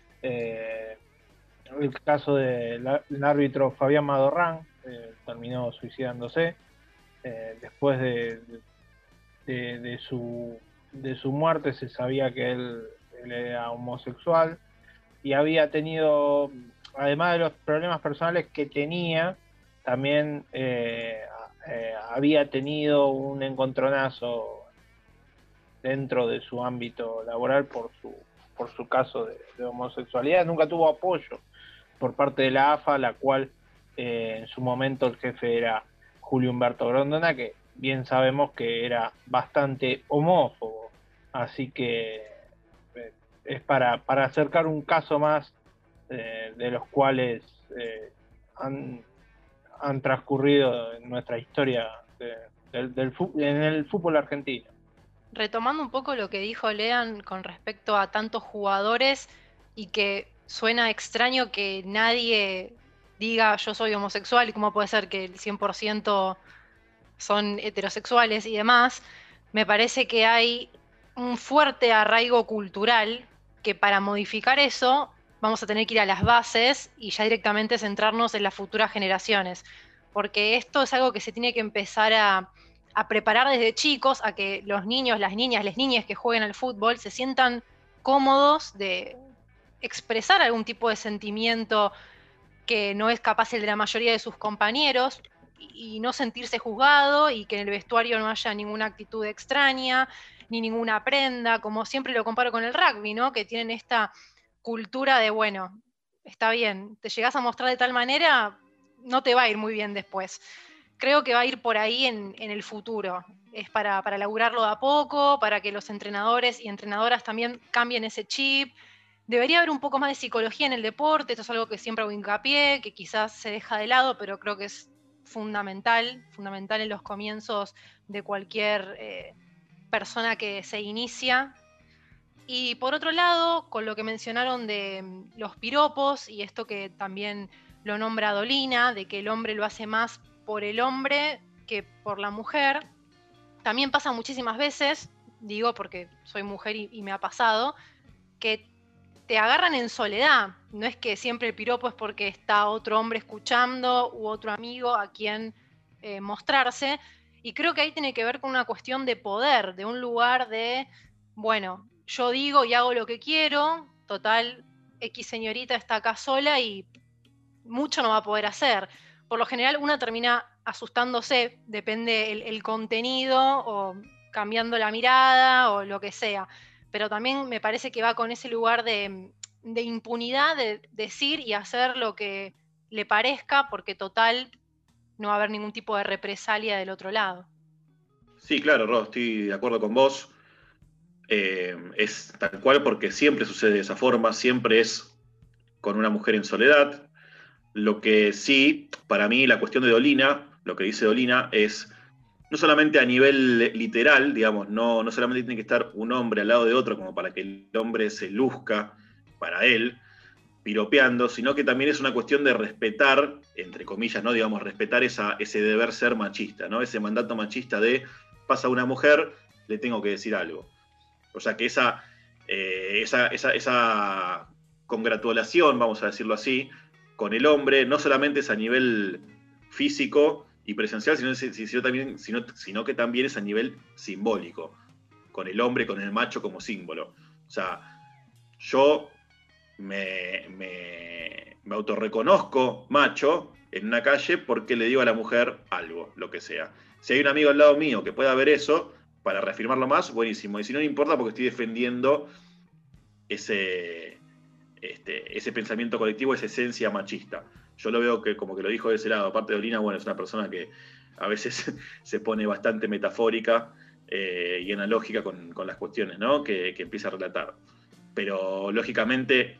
El caso del árbitro Fabián Madorrán, terminó suicidándose después de su muerte. Se sabía que él era homosexual y había tenido, además de los problemas personales que tenía, también había tenido un encontronazo dentro de su ámbito laboral por su caso de homosexualidad. Nunca tuvo apoyo por parte de la AFA, la cual en su momento el jefe era Julio Humberto Grondona, que bien sabemos que era bastante homófobo. Así que es para acercar un caso más de los cuales han transcurrido en nuestra historia en el fútbol argentino. Retomando un poco lo que dijo Lean con respecto a tantos jugadores y que suena extraño que nadie diga yo soy homosexual y cómo puede ser que el 100% son heterosexuales y demás, me parece que hay un fuerte arraigo cultural que para modificar eso vamos a tener que ir a las bases y ya directamente centrarnos en las futuras generaciones, porque esto es algo que se tiene que empezar a preparar desde chicos, a que los niños, las niñas que jueguen al fútbol se sientan cómodos de expresar algún tipo de sentimiento que no es capaz el de la mayoría de sus compañeros y no sentirse juzgado y que en el vestuario no haya ninguna actitud extraña ni ninguna prenda, como siempre lo comparo con el rugby, ¿no? Que tienen esta cultura de, bueno, está bien, te llegás a mostrar de tal manera, no te va a ir muy bien después. Creo que va a ir por ahí en el futuro. Es para laburarlo de a poco, para que los entrenadores y entrenadoras también cambien ese chip. Debería haber un poco más de psicología en el deporte, esto es algo que siempre hago hincapié, que quizás se deja de lado, pero creo que es fundamental en los comienzos de cualquier persona que se inicia. Y por otro lado, con lo que mencionaron de los piropos, y esto que también lo nombra Dolina, de que el hombre lo hace más por el hombre que por la mujer, también pasa muchísimas veces, digo porque soy mujer y me ha pasado, que te agarran en soledad. No es que siempre el piropo es porque está otro hombre escuchando u otro amigo a quien mostrarse. Y creo que ahí tiene que ver con una cuestión de poder, de un lugar de, bueno, yo digo y hago lo que quiero, total, X señorita está acá sola y mucho no va a poder hacer. Por lo general una termina asustándose, depende el contenido o cambiando la mirada o lo que sea. Pero también me parece que va con ese lugar de impunidad de decir y hacer lo que le parezca, porque total no va a haber ningún tipo de represalia del otro lado. Sí, claro, Ro, estoy de acuerdo con vos. Es tal cual porque siempre sucede de esa forma, siempre es con una mujer en soledad. Lo que sí, para mí, la cuestión de Dolina, lo que dice Dolina es no solamente a nivel literal, digamos, no solamente tiene que estar un hombre al lado de otro como para que el hombre se luzca para él, piropeando, sino que también es una cuestión de respetar, entre comillas, ¿no? Digamos, respetar ese deber ser machista, ¿no? Ese mandato machista de pasa una mujer, le tengo que decir algo. O sea que esa congratulación, vamos a decirlo así, con el hombre, no solamente es a nivel físico y presencial, sino que también es a nivel simbólico, con el hombre, con el macho como símbolo. O sea, yo me autorreconozco macho en una calle porque le digo a la mujer algo, lo que sea. Si hay un amigo al lado mío que pueda ver eso, para reafirmarlo más, buenísimo. Y si no, no importa porque estoy defendiendo ese pensamiento colectivo, esa esencia machista. Yo lo veo que como que lo dijo de ese lado. Aparte de Olina, bueno, es una persona que a veces se pone bastante metafórica y analógica con las cuestiones, ¿no? que empieza a relatar. Pero lógicamente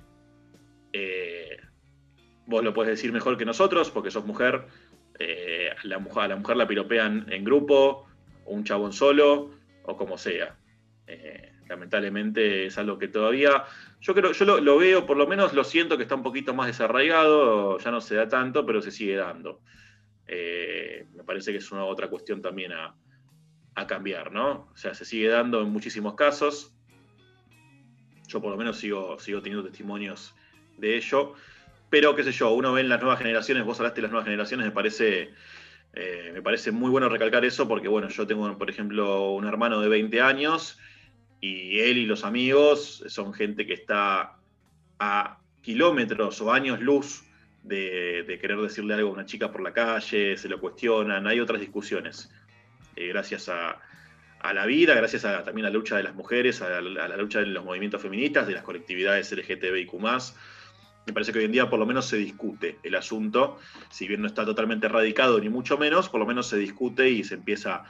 vos lo podés decir mejor que nosotros porque sos mujer. A la mujer la piropean en grupo, o un chabón solo, o como sea. Lamentablemente es algo que todavía, yo lo veo, por lo menos lo siento que está un poquito más desarraigado, ya no se da tanto, pero se sigue dando. Me parece que es una otra cuestión también a cambiar, ¿no? O sea, se sigue dando en muchísimos casos. Yo por lo menos sigo teniendo testimonios de ello. Pero, qué sé yo, uno ve en las nuevas generaciones, vos hablaste de las nuevas generaciones, me parece muy bueno recalcar eso, porque bueno, yo tengo, por ejemplo, un hermano de 20 años, y él y los amigos son gente que está a kilómetros o años luz de querer decirle algo a una chica por la calle, se lo cuestionan, hay otras discusiones. Gracias a la vida, gracias también a la lucha de las mujeres, a la lucha de los movimientos feministas, de las colectividades LGTBIQ+. Me parece que hoy en día por lo menos se discute el asunto, si bien no está totalmente erradicado ni mucho menos, por lo menos se discute y se empieza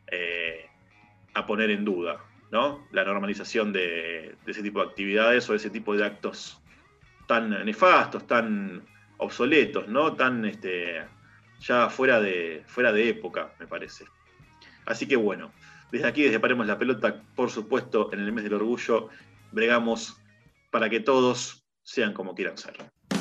a poner en duda, ¿no? La normalización de ese tipo de actividades o de ese tipo de actos tan nefastos, tan obsoletos, ¿no? Tan ya fuera de época, me parece. Así que bueno, desde aquí, desde Paremos la Pelota, por supuesto, en el mes del orgullo, bregamos para que todos sean como quieran ser.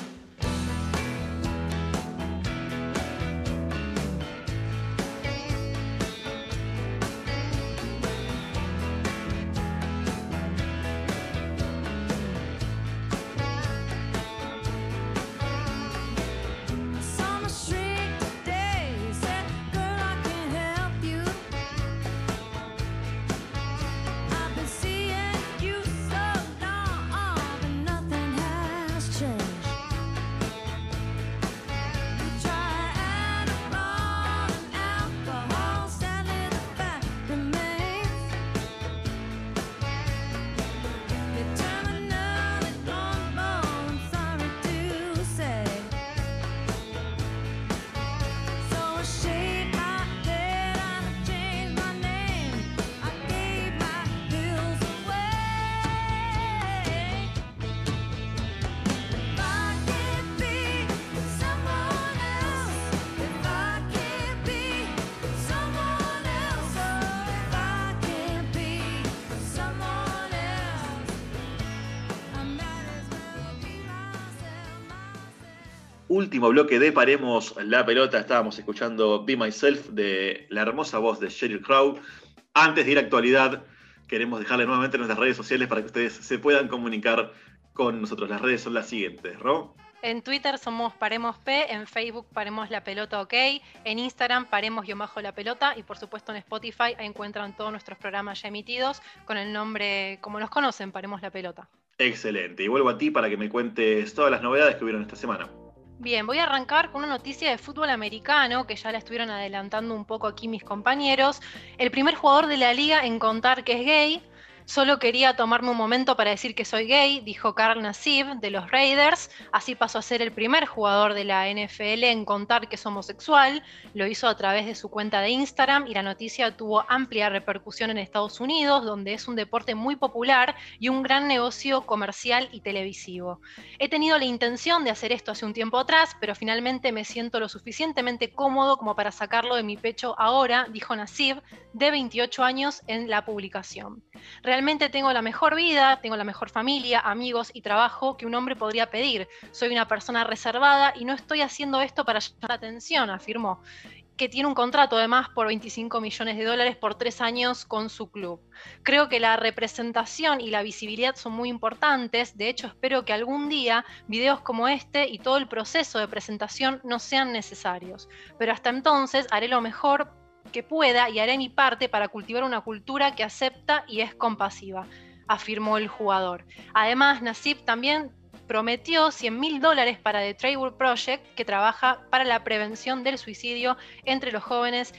Último bloque de Paremos la Pelota. Estábamos escuchando Be Myself de la hermosa voz de Sheryl Crow. Antes de ir a actualidad, queremos dejarle nuevamente nuestras redes sociales para que ustedes se puedan comunicar con nosotros. Las redes son las siguientes, ¿no? En Twitter somos Paremos P, en Facebook Paremos la Pelota OK, en Instagram Paremos_la Pelota y por supuesto en Spotify ahí encuentran todos nuestros programas ya emitidos con el nombre, como nos conocen, Paremos la Pelota. Excelente. Y vuelvo a ti para que me cuentes todas las novedades que hubieron esta semana. Bien, voy a arrancar con una noticia de fútbol americano que ya la estuvieron adelantando un poco aquí mis compañeros. El primer jugador de la liga en contar que es gay. Solo quería tomarme un momento para decir que soy gay, dijo Carl Nassib de los Raiders. Así pasó a ser el primer jugador de la NFL en contar que es homosexual. Lo hizo a través de su cuenta de Instagram y la noticia tuvo amplia repercusión en Estados Unidos, donde es un deporte muy popular y un gran negocio comercial y televisivo. He tenido la intención de hacer esto hace un tiempo atrás, pero finalmente me siento lo suficientemente cómodo como para sacarlo de mi pecho ahora, dijo Nassib, de 28 años en la publicación. Realmente tengo la mejor vida, tengo la mejor familia, amigos y trabajo que un hombre podría pedir. Soy una persona reservada y no estoy haciendo esto para llamar la atención, afirmó, que tiene un contrato además por $25 millones por 3 años con su club. Creo que la representación y la visibilidad son muy importantes, de hecho espero que algún día videos como este y todo el proceso de presentación no sean necesarios, pero hasta entonces haré lo mejor que pueda y haré mi parte para cultivar una cultura que acepta y es compasiva, afirmó el jugador. Además, Nassib también prometió $100.000 para The Trevor Project, que trabaja para la prevención del suicidio entre los jóvenes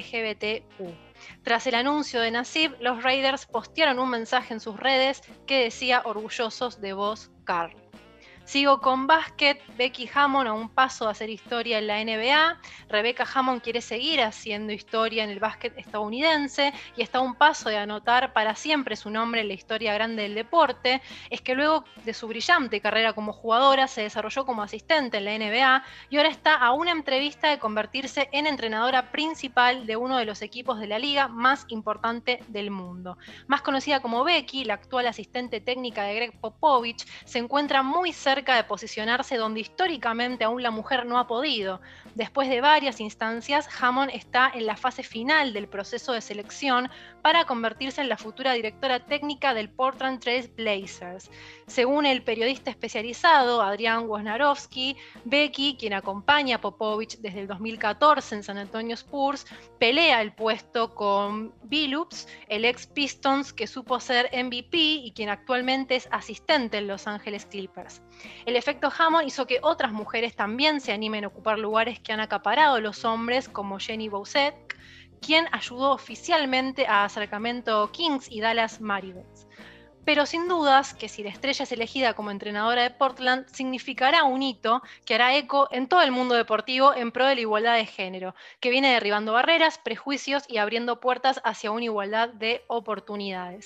LGBTQ. Tras el anuncio de Nassib, los Raiders postearon un mensaje en sus redes que decía orgullosos de vos, Carl. Sigo con básquet. Becky Hammon a un paso de hacer historia en la NBA. Rebecca Hammond quiere seguir haciendo historia en el básquet estadounidense y está a un paso de anotar para siempre su nombre en la historia grande del deporte. Es que luego de su brillante carrera como jugadora se desarrolló como asistente en la NBA y ahora está a una entrevista de convertirse en entrenadora principal de uno de los equipos de la liga más importante del mundo. Más conocida como Becky, la actual asistente técnica de Greg Popovich, se encuentra muy cerca de posicionarse donde históricamente aún la mujer no ha podido. Después de varias instancias, Hammond está en la fase final del proceso de selección para convertirse en la futura directora técnica del Portland Trail Blazers. Según el periodista especializado Adrián Wojnarowski, Becky, quien acompaña a Popovich desde el 2014 en San Antonio Spurs, pelea el puesto con Billups, el ex Pistons que supo ser MVP y quien actualmente es asistente en Los Ángeles Clippers. El efecto Hammond hizo que otras mujeres también se animen a ocupar lugares que han acaparado los hombres, como Jenny Boucet, quien ayudó oficialmente a Sacramento Kings y Dallas Mavericks. Pero sin dudas que si la estrella es elegida como entrenadora de Portland, significará un hito que hará eco en todo el mundo deportivo en pro de la igualdad de género, que viene derribando barreras, prejuicios y abriendo puertas hacia una igualdad de oportunidades.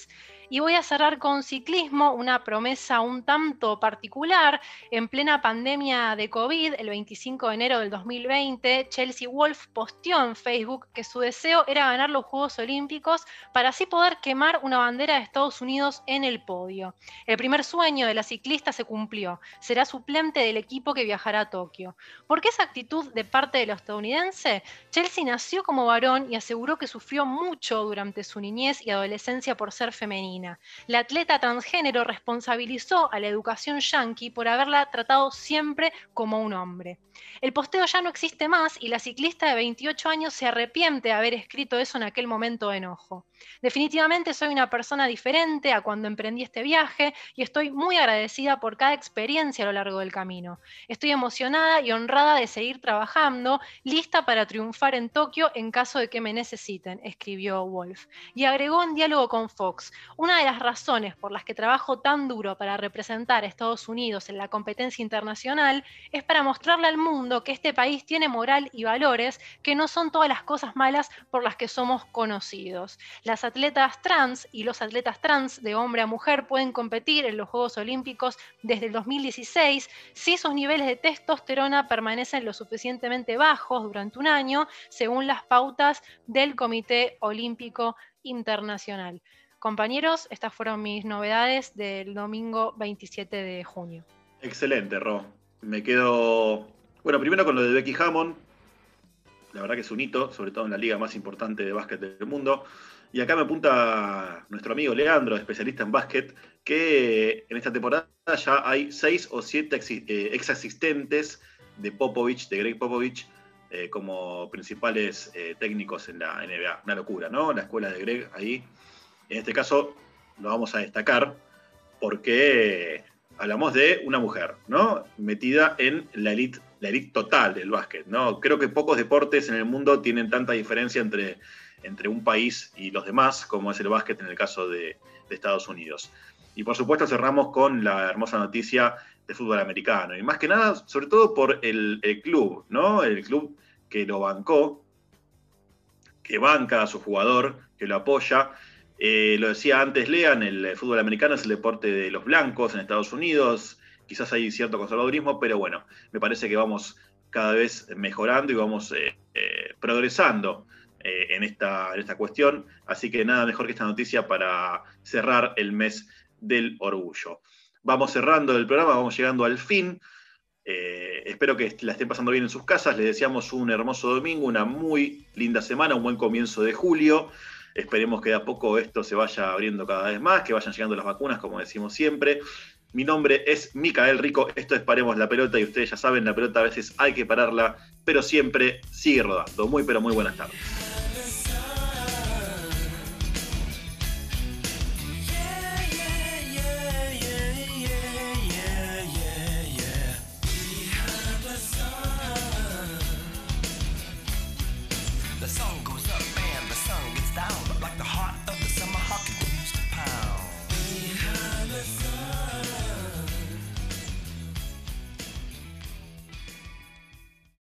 Y voy a cerrar con ciclismo, una promesa un tanto particular. En plena pandemia de COVID, el 25 de enero del 2020, Chelsea Wolfe posteó en Facebook que su deseo era ganar los Juegos Olímpicos para así poder quemar una bandera de Estados Unidos en el podio. El primer sueño de la ciclista se cumplió. Será suplente del equipo que viajará a Tokio. ¿Por qué esa actitud de parte de los estadounidenses? Chelsea nació como varón y aseguró que sufrió mucho durante su niñez y adolescencia por ser femenina. La atleta transgénero responsabilizó a la educación yanqui por haberla tratado siempre como un hombre. El posteo ya no existe más y la ciclista de 28 años se arrepiente de haber escrito eso en aquel momento de enojo. Definitivamente soy una persona diferente a cuando emprendí este viaje y estoy muy agradecida por cada experiencia a lo largo del camino. Estoy emocionada y honrada de seguir trabajando, lista para triunfar en Tokio en caso de que me necesiten, escribió Wolfe. Y agregó en diálogo con Fox: una de las razones por las que trabajo tan duro para representar a Estados Unidos en la competencia internacional es para mostrarle al mundo que este país tiene moral y valores, que no son todas las cosas malas por las que somos conocidos. Las atletas trans y los atletas trans de hombre a mujer pueden competir en los Juegos Olímpicos desde el 2016 si sus niveles de testosterona permanecen lo suficientemente bajos durante un año, según las pautas del Comité Olímpico Internacional. Compañeros, estas fueron mis novedades del domingo 27 de junio. Excelente, Ro. Me quedo, bueno, primero con lo de Becky Hammond. La verdad que es un hito, sobre todo en la liga más importante de básquet del mundo. Y acá me apunta nuestro amigo Leandro, especialista en básquet, que en esta temporada ya hay 6 o 7 ex asistentes de Popovich, de Greg Popovich, como principales técnicos en la NBA. Una locura, ¿no? La escuela de Greg ahí. En este caso lo vamos a destacar porque hablamos de una mujer, ¿no? Metida en la elite total del básquet, ¿no? Creo que pocos deportes en el mundo tienen tanta diferencia entre un país y los demás, como es el básquet en el caso de Estados Unidos. Y por supuesto cerramos con la hermosa noticia de fútbol americano. Y más que nada, sobre todo por el club, ¿no? El club que lo bancó, que banca a su jugador, que lo apoya. Lo decía antes Lean, el fútbol americano es el deporte de los blancos en Estados Unidos. Quizás hay cierto conservadurismo, pero bueno, me parece que vamos cada vez mejorando y vamos progresando en esta cuestión. Así que nada mejor que esta noticia para cerrar el mes del orgullo. Vamos cerrando el programa, vamos llegando al fin. Espero que la estén pasando bien en sus casas. Les deseamos un hermoso domingo, una muy linda semana, un buen comienzo de julio. Esperemos que de a poco esto se vaya abriendo cada vez más, que vayan llegando las vacunas, como decimos siempre. Mi nombre es Micael Rico, esto es Paremos la Pelota, y ustedes ya saben, la pelota a veces hay que pararla, pero siempre sigue rodando. Muy, pero muy buenas tardes. The sun goes up and the sun gets down.